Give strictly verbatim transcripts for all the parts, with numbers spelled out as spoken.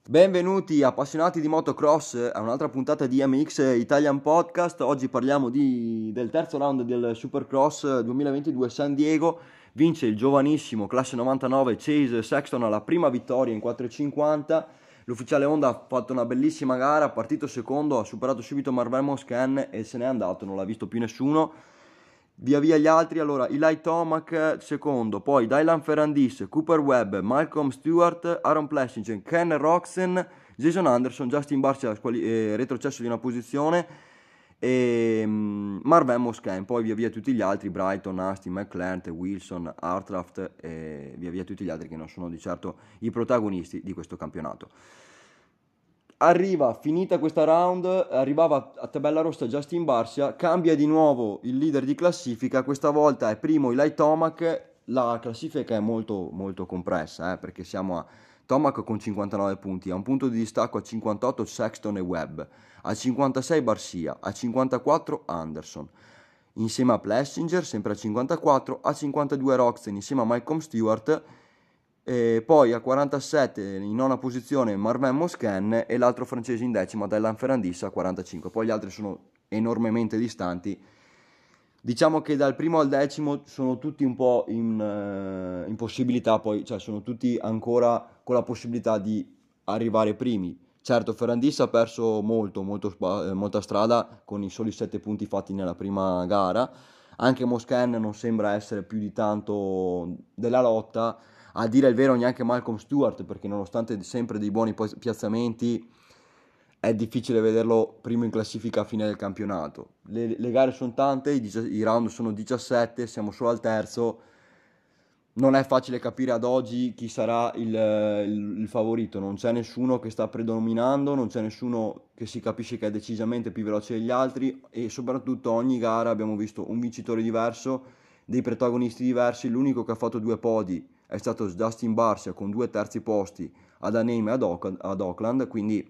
Benvenuti appassionati di motocross a un'altra puntata di M X Italian Podcast. Oggi parliamo di- del terzo round del Supercross duemilaventidue San Diego. Vince il giovanissimo classe novantanove Chase Sexton alla prima vittoria in quattrocentocinquanta. L'ufficiale Honda ha fatto una bellissima gara, partito secondo, ha superato subito Marvin Musquin e se n'è andato, non l'ha visto più nessuno. Via via gli altri, allora Eli Tomac secondo, poi Dylan Ferrandis, Cooper Webb, Malcolm Stewart, Aaron Plessinger, Ken Roxen, Jason Anderson, Justin Barcia squali- eh, retrocesso di una posizione e mm, Marvin Musquin, poi via via tutti gli altri, Brighton, Astin, McLaren, Wilson, Hartraft e via via tutti gli altri che non sono di certo i protagonisti di questo campionato. Arriva, finita questa round, arrivava a tabella rossa Justin Barcia, cambia di nuovo il leader di classifica, questa volta è primo Eli Tomac, la classifica è molto, molto compressa, eh, perché siamo a Tomac con cinquantanove punti, a un punto di distacco a cinquantotto Sexton e Webb, a cinquantasei Barcia, a cinquantaquattro Anderson, insieme a Plessinger, sempre a cinquantaquattro, a cinquantadue Roxen insieme a Malcolm Stewart, e poi a quarantasette in nona posizione Marvin Musquin e l'altro francese in decima Dylan Ferrandis a quarantacinque. Poi gli altri sono enormemente distanti. Diciamo che dal primo al decimo sono tutti un po' in, eh, in possibilità, poi, cioè sono tutti ancora con la possibilità di arrivare primi. Certo, Ferrandis ha perso molto, molto spa- eh, molta strada con i soli sette punti fatti nella prima gara. Anche Musquin non sembra essere più di tanto della lotta. A dire il vero neanche Malcolm Stewart, perché nonostante sempre dei buoni piazzamenti è difficile vederlo primo in classifica a fine del campionato. Le, le gare sono tante, i, i round sono diciassette, siamo solo al terzo. Non è facile capire ad oggi chi sarà il, il, il favorito, non c'è nessuno che sta predominando, non c'è nessuno che si capisce che è decisamente più veloce degli altri e soprattutto ogni gara abbiamo visto un vincitore diverso, dei protagonisti diversi. L'unico che ha fatto due podi è stato Justin Barcia con due terzi posti ad Anaheim e ad, Oak- ad Auckland, quindi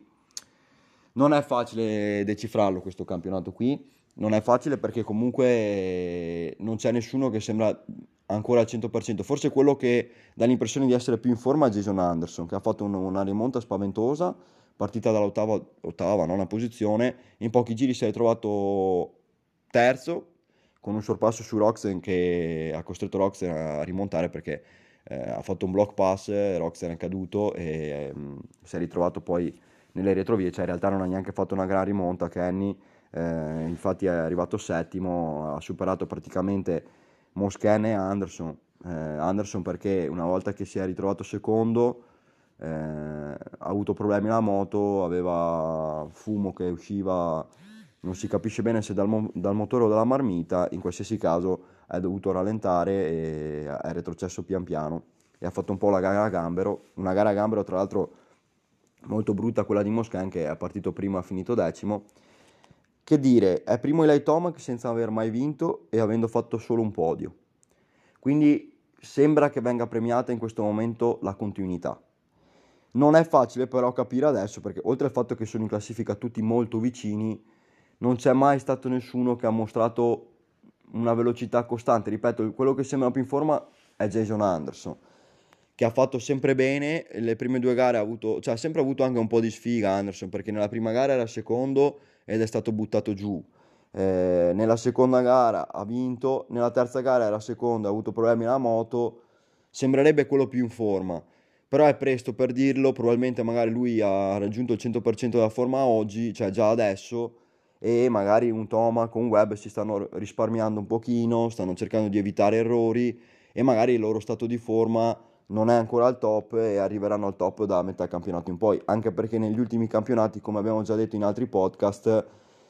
non è facile decifrarlo questo campionato qui, non è facile perché comunque non c'è nessuno che sembra ancora al cento per cento. Forse quello che dà l'impressione di essere più in forma è Jason Anderson, che ha fatto un- una rimonta spaventosa, partita dall'ottava, ottava, nona posizione, in pochi giri si è ritrovato terzo, con un sorpasso su Roxen che ha costretto Roxen a rimontare perché eh, ha fatto un block pass, Roxen è caduto e ehm, si è ritrovato poi nelle retrovie, cioè in realtà non ha neanche fatto una gran rimonta Kenny, eh, infatti è arrivato settimo, ha superato praticamente Musquin e Anderson, eh, Anderson perché una volta che si è ritrovato secondo eh, ha avuto problemi alla moto, aveva fumo che usciva, non si capisce bene se dal, mo- dal motore o dalla marmita, in qualsiasi caso è dovuto rallentare e è retrocesso pian piano e ha fatto un po' la gara a gambero, una gara a gambero tra l'altro molto brutta quella di Moscan che è partito primo e ha finito decimo. Che dire, è primo Eli Tomac senza aver mai vinto e avendo fatto solo un podio. Quindi sembra che venga premiata in questo momento la continuità. Non è facile però capire adesso perché oltre al fatto che sono in classifica tutti molto vicini, non c'è mai stato nessuno che ha mostrato una velocità costante. Ripeto, quello che sembra più in forma è Jason Anderson, che ha fatto sempre bene. Le prime due gare ha avuto, cioè ha sempre avuto anche un po' di sfiga Anderson, perché nella prima gara era secondo ed è stato buttato giù. Eh, nella seconda gara ha vinto, nella terza gara era secondo, ha avuto problemi alla moto, sembrerebbe quello più in forma. Però è presto per dirlo, probabilmente magari lui ha raggiunto il cento per cento della forma oggi, cioè già adesso, e magari un Toma con Webb si stanno risparmiando un pochino, stanno cercando di evitare errori e magari il loro stato di forma non è ancora al top e arriveranno al top da metà campionato in poi, anche perché negli ultimi campionati, come abbiamo già detto in altri podcast,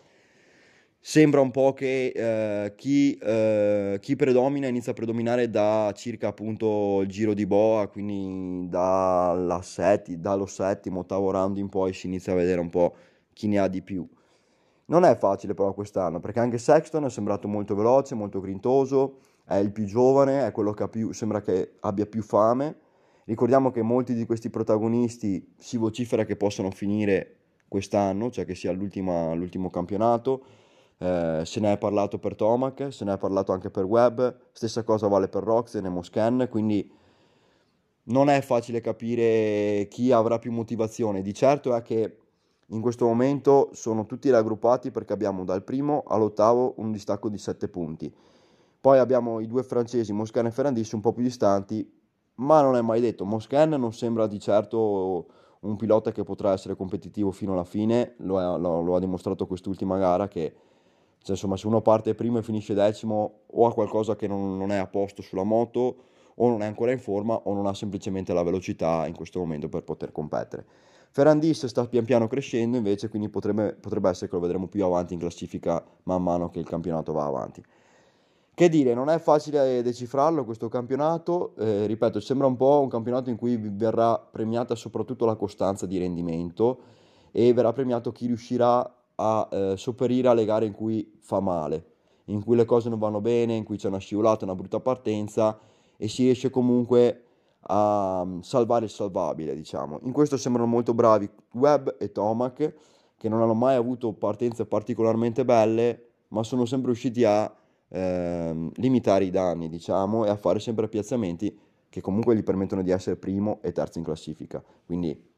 sembra un po' che eh, chi, eh, chi predomina inizia a predominare da circa appunto il giro di boa, quindi dalla setti- dallo settimo, ottavo round in poi si inizia a vedere un po' chi ne ha di più. Non è facile però quest'anno, perché anche Sexton è sembrato molto veloce, molto grintoso, è il più giovane, è quello che ha più, sembra che abbia più fame. Ricordiamo che molti di questi protagonisti si vocifera che possano finire quest'anno, cioè che sia l'ultima- l'ultimo campionato. Eh, se ne è parlato per Tomac, se ne è parlato anche per Webb, stessa cosa vale per Roxen e Moscan, quindi non è facile capire chi avrà più motivazione. Di certo è che in questo momento sono tutti raggruppati perché abbiamo dal primo all'ottavo un distacco di sette punti. Poi abbiamo i due francesi, Moscon e Ferrandis, un po' più distanti, ma non è mai detto. Moscon non sembra di certo un pilota che potrà essere competitivo fino alla fine, lo, è- lo- lo ha dimostrato quest'ultima gara che cioè, insomma, se uno parte primo e finisce decimo o ha qualcosa che non, non è a posto sulla moto o non è ancora in forma o non ha semplicemente la velocità in questo momento per poter competere. Ferrandis sta pian piano crescendo invece, quindi potrebbe, potrebbe essere che lo vedremo più avanti in classifica man mano che il campionato va avanti. Che dire, non è facile decifrarlo questo campionato, eh, ripeto, sembra un po' un campionato in cui verrà premiata soprattutto la costanza di rendimento e verrà premiato chi riuscirà a eh, sopperire alle gare in cui fa male, in cui le cose non vanno bene, in cui c'è una scivolata, una brutta partenza e si riesce comunque a mm, salvare il salvabile, diciamo. In questo sembrano molto bravi Webb e Tomac, che non hanno mai avuto partenze particolarmente belle, ma sono sempre riusciti a ehm, limitare i danni, diciamo, e a fare sempre piazzamenti che comunque gli permettono di essere primo e terzo in classifica. Quindi,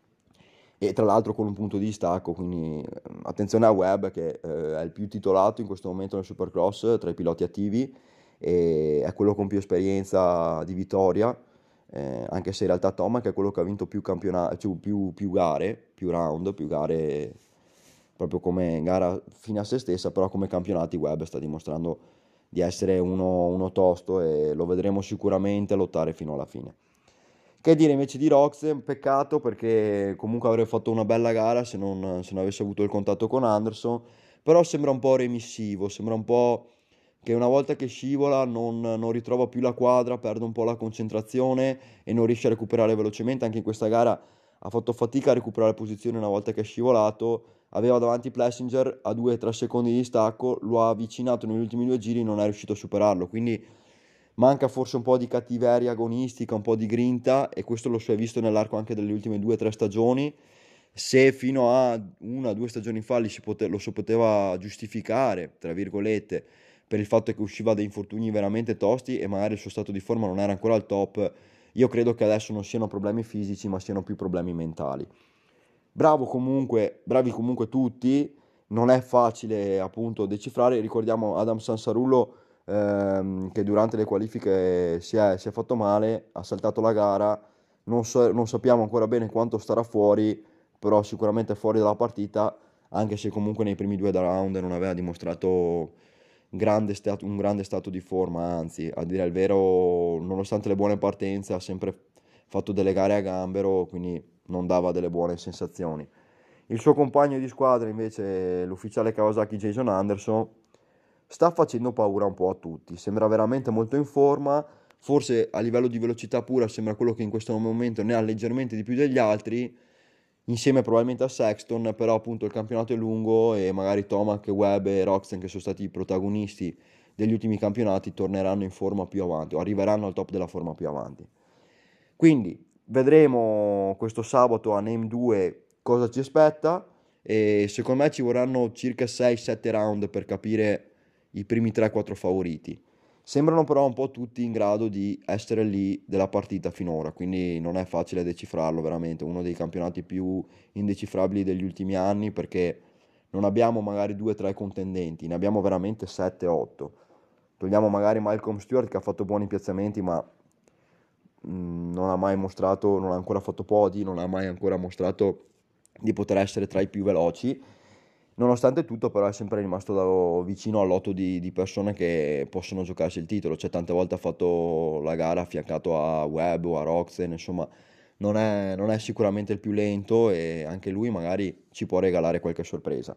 e tra l'altro con un punto di distacco, quindi ehm, attenzione a Webb che eh, è il più titolato in questo momento nel Supercross tra i piloti attivi e è quello con più esperienza di vittoria, eh, anche se in realtà Tomac è quello che ha vinto più, campiona- cioè, più, più gare, più round, più gare proprio come gara fine a se stessa, però come campionati Webb sta dimostrando di essere uno, uno tosto e lo vedremo sicuramente lottare fino alla fine. Che dire invece di Roxen, peccato perché comunque avrebbe fatto una bella gara se non, se non avesse avuto il contatto con Anderson, però sembra un po' remissivo, sembra un po' che una volta che scivola non, non ritrova più la quadra, perde un po' la concentrazione e non riesce a recuperare velocemente, anche in questa gara ha fatto fatica a recuperare posizione una volta che è scivolato, aveva davanti Plessinger a due tre secondi di distacco, lo ha avvicinato negli ultimi due giri, non è riuscito a superarlo, quindi manca forse un po' di cattiveria agonistica, un po' di grinta e questo lo si è visto nell'arco anche delle ultime due o tre stagioni. Se fino a una o due stagioni fa li si pote- lo si poteva giustificare, tra virgolette, per il fatto che usciva da infortuni veramente tosti e magari il suo stato di forma non era ancora al top, io credo che adesso non siano problemi fisici, ma siano più problemi mentali. Bravo comunque, bravi comunque tutti, non è facile appunto decifrare, ricordiamo Adam Sansarullo ehm, che durante le qualifiche si è, si è fatto male, ha saltato la gara, non, so- non sappiamo ancora bene quanto starà fuori, però sicuramente è fuori dalla partita, anche se comunque nei primi due round non aveva dimostrato grande stato- un grande stato di forma, anzi, a dire il vero, nonostante le buone partenze, ha sempre fatto delle gare a gambero, quindi non dava delle buone sensazioni. Il suo compagno di squadra, invece, l'ufficiale Kawasaki Jason Anderson, sta facendo paura un po' a tutti. Sembra veramente molto in forma. Forse a livello di velocità pura sembra quello che in questo momento ne ha leggermente di più degli altri, insieme probabilmente a Sexton, però appunto il campionato è lungo e magari Tomac, Webb e Roxen, che sono stati i protagonisti degli ultimi campionati, torneranno in forma più avanti o arriveranno al top della forma più avanti. Quindi vedremo questo sabato a Name due cosa ci aspetta e secondo me ci vorranno circa sei sette round per capire i primi tre quattro favoriti. Sembrano però un po' tutti in grado di essere lì della partita finora, quindi non è facile decifrarlo veramente, uno dei campionati più indecifrabili degli ultimi anni perché non abbiamo magari due tre contendenti, ne abbiamo veramente sette otto. Togliamo magari Malcolm Stewart che ha fatto buoni piazzamenti, ma mh, non ha mai mostrato, non ha ancora fatto podi, non ha mai ancora mostrato di poter essere tra i più veloci. Nonostante tutto, però, è sempre rimasto da- vicino all'otto di, di persone che possono giocarsi il titolo. Cioè, tante volte ha fatto la gara affiancato a Webb o a Roxen, insomma, non è, non è sicuramente il più lento e anche lui magari ci può regalare qualche sorpresa.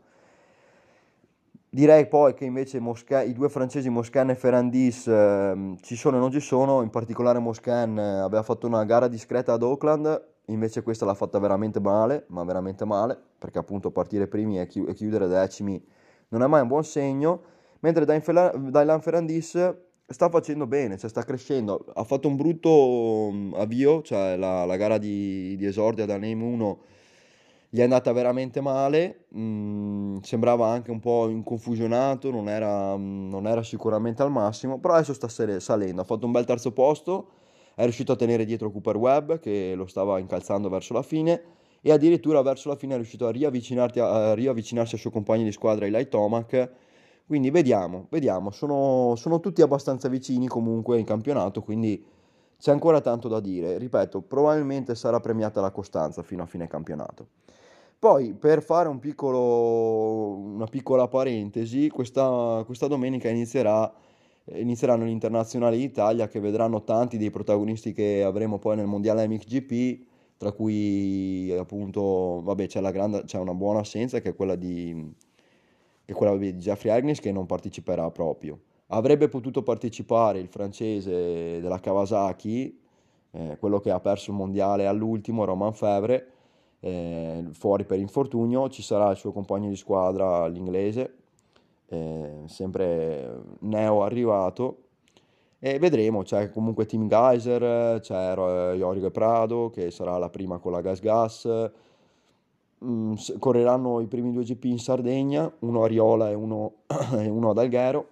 Direi poi che invece Mosca- i due francesi Moscan e Ferrandis ehm, ci sono e non ci sono, in particolare Moscan eh, aveva fatto una gara discreta ad Auckland, invece questa l'ha fatta veramente male, ma veramente male, perché appunto partire primi e, chi- e chiudere decimi non è mai un buon segno, mentre Dylan Fela- Dylan Ferrandis sta facendo bene, cioè sta crescendo, ha fatto un brutto mm, avvio, cioè la, la gara di, di esordio da Name uno gli è andata veramente male, mm, sembrava anche un po' inconfusionato, non era, mm, non era sicuramente al massimo, però adesso sta sale- salendo, ha fatto un bel terzo posto, è riuscito a tenere dietro Cooper Webb che lo stava incalzando verso la fine e addirittura verso la fine è riuscito a riavvicinarti a, a riavvicinarsi al suo compagno di squadra Eli Tomac. Quindi vediamo, vediamo, sono, sono tutti abbastanza vicini comunque in campionato, quindi c'è ancora tanto da dire. Ripeto, probabilmente sarà premiata la costanza fino a fine campionato. Poi, per fare un piccolo, una piccola parentesi, questa, questa domenica inizierà, inizieranno gli internazionali d'Italia che vedranno tanti dei protagonisti che avremo poi nel mondiale M X G P, tra cui appunto, vabbè, c'è la grande, c'è una buona assenza che è quella di, che è quella di Jeffrey Agnes che non parteciperà proprio. Avrebbe potuto partecipare il francese della Kawasaki, eh, quello che ha perso il mondiale all'ultimo, Romain Fevre, eh, fuori per infortunio. Ci sarà il suo compagno di squadra, l'inglese, eh, sempre neo arrivato. E vedremo, c'è comunque Tim Geyser, c'è Ro- Jorge Prado che sarà la prima con la Gas Gas. Mm, s- correranno i primi due G P in Sardegna, uno a Riola e uno, e uno ad Alghero.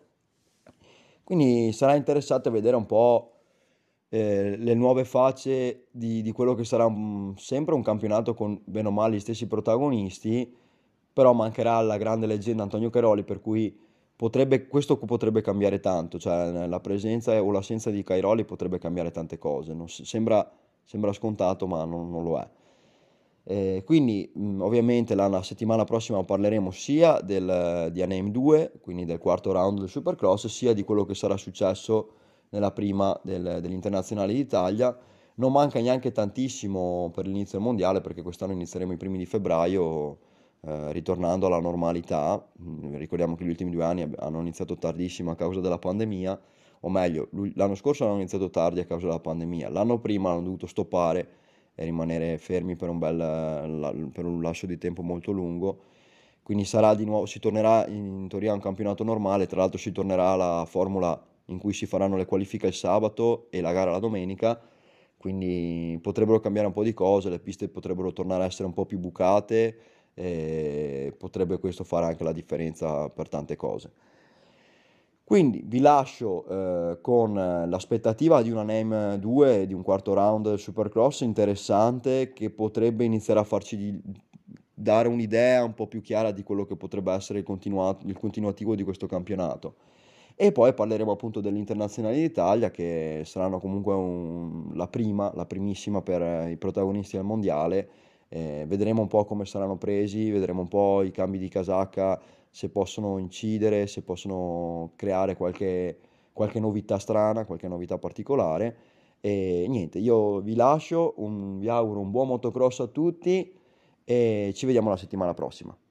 Quindi sarà interessante vedere un po' eh, le nuove facce di, di quello che sarà un- sempre un campionato con bene o male gli stessi protagonisti, però mancherà la grande leggenda Antonio Cairoli, per cui potrebbe, questo potrebbe cambiare tanto, cioè la presenza o l'assenza di Cairoli potrebbe cambiare tante cose. Non s- sembra, sembra scontato, ma non, non lo è. Eh, quindi mh, ovviamente la, la settimana prossima parleremo sia del, di Anem due, quindi del quarto round del Supercross, sia di quello che sarà successo nella prima del- degli internazionali d'Italia. Non manca neanche tantissimo per l'inizio del mondiale perché quest'anno inizieremo i primi di febbraio, eh, ritornando alla normalità. Mm, Ricordiamo che gli ultimi due anni ab- hanno iniziato tardissimo a causa della pandemia, o meglio, lui- l'anno scorso hanno iniziato tardi a causa della pandemia, l'anno prima hanno dovuto stoppare e rimanere fermi per un bel, la- per un lascio di tempo molto lungo. Quindi sarà di nuovo, si tornerà in teoria a un campionato normale, tra l'altro si tornerà alla formula in cui si faranno le qualifiche il sabato e la gara la domenica, quindi potrebbero cambiare un po' di cose, le piste potrebbero tornare a essere un po' più bucate e potrebbe questo fare anche la differenza per tante cose. Quindi vi lascio eh, con l'aspettativa di una Name due, di un quarto round Supercross interessante che potrebbe iniziare a farci di- dare un'idea un po' più chiara di quello che potrebbe essere il, continua- il continuativo di questo campionato. E poi parleremo appunto dell'Internazionale d'Italia che saranno comunque un- la prima, la primissima per eh, i protagonisti del mondiale. Eh, vedremo un po' come saranno presi, vedremo un po' i cambi di casacca, se possono incidere, se possono creare qualche, qualche novità strana, qualche novità particolare. E niente, io vi lascio, un- vi auguro un buon motocross a tutti e ci vediamo la settimana prossima.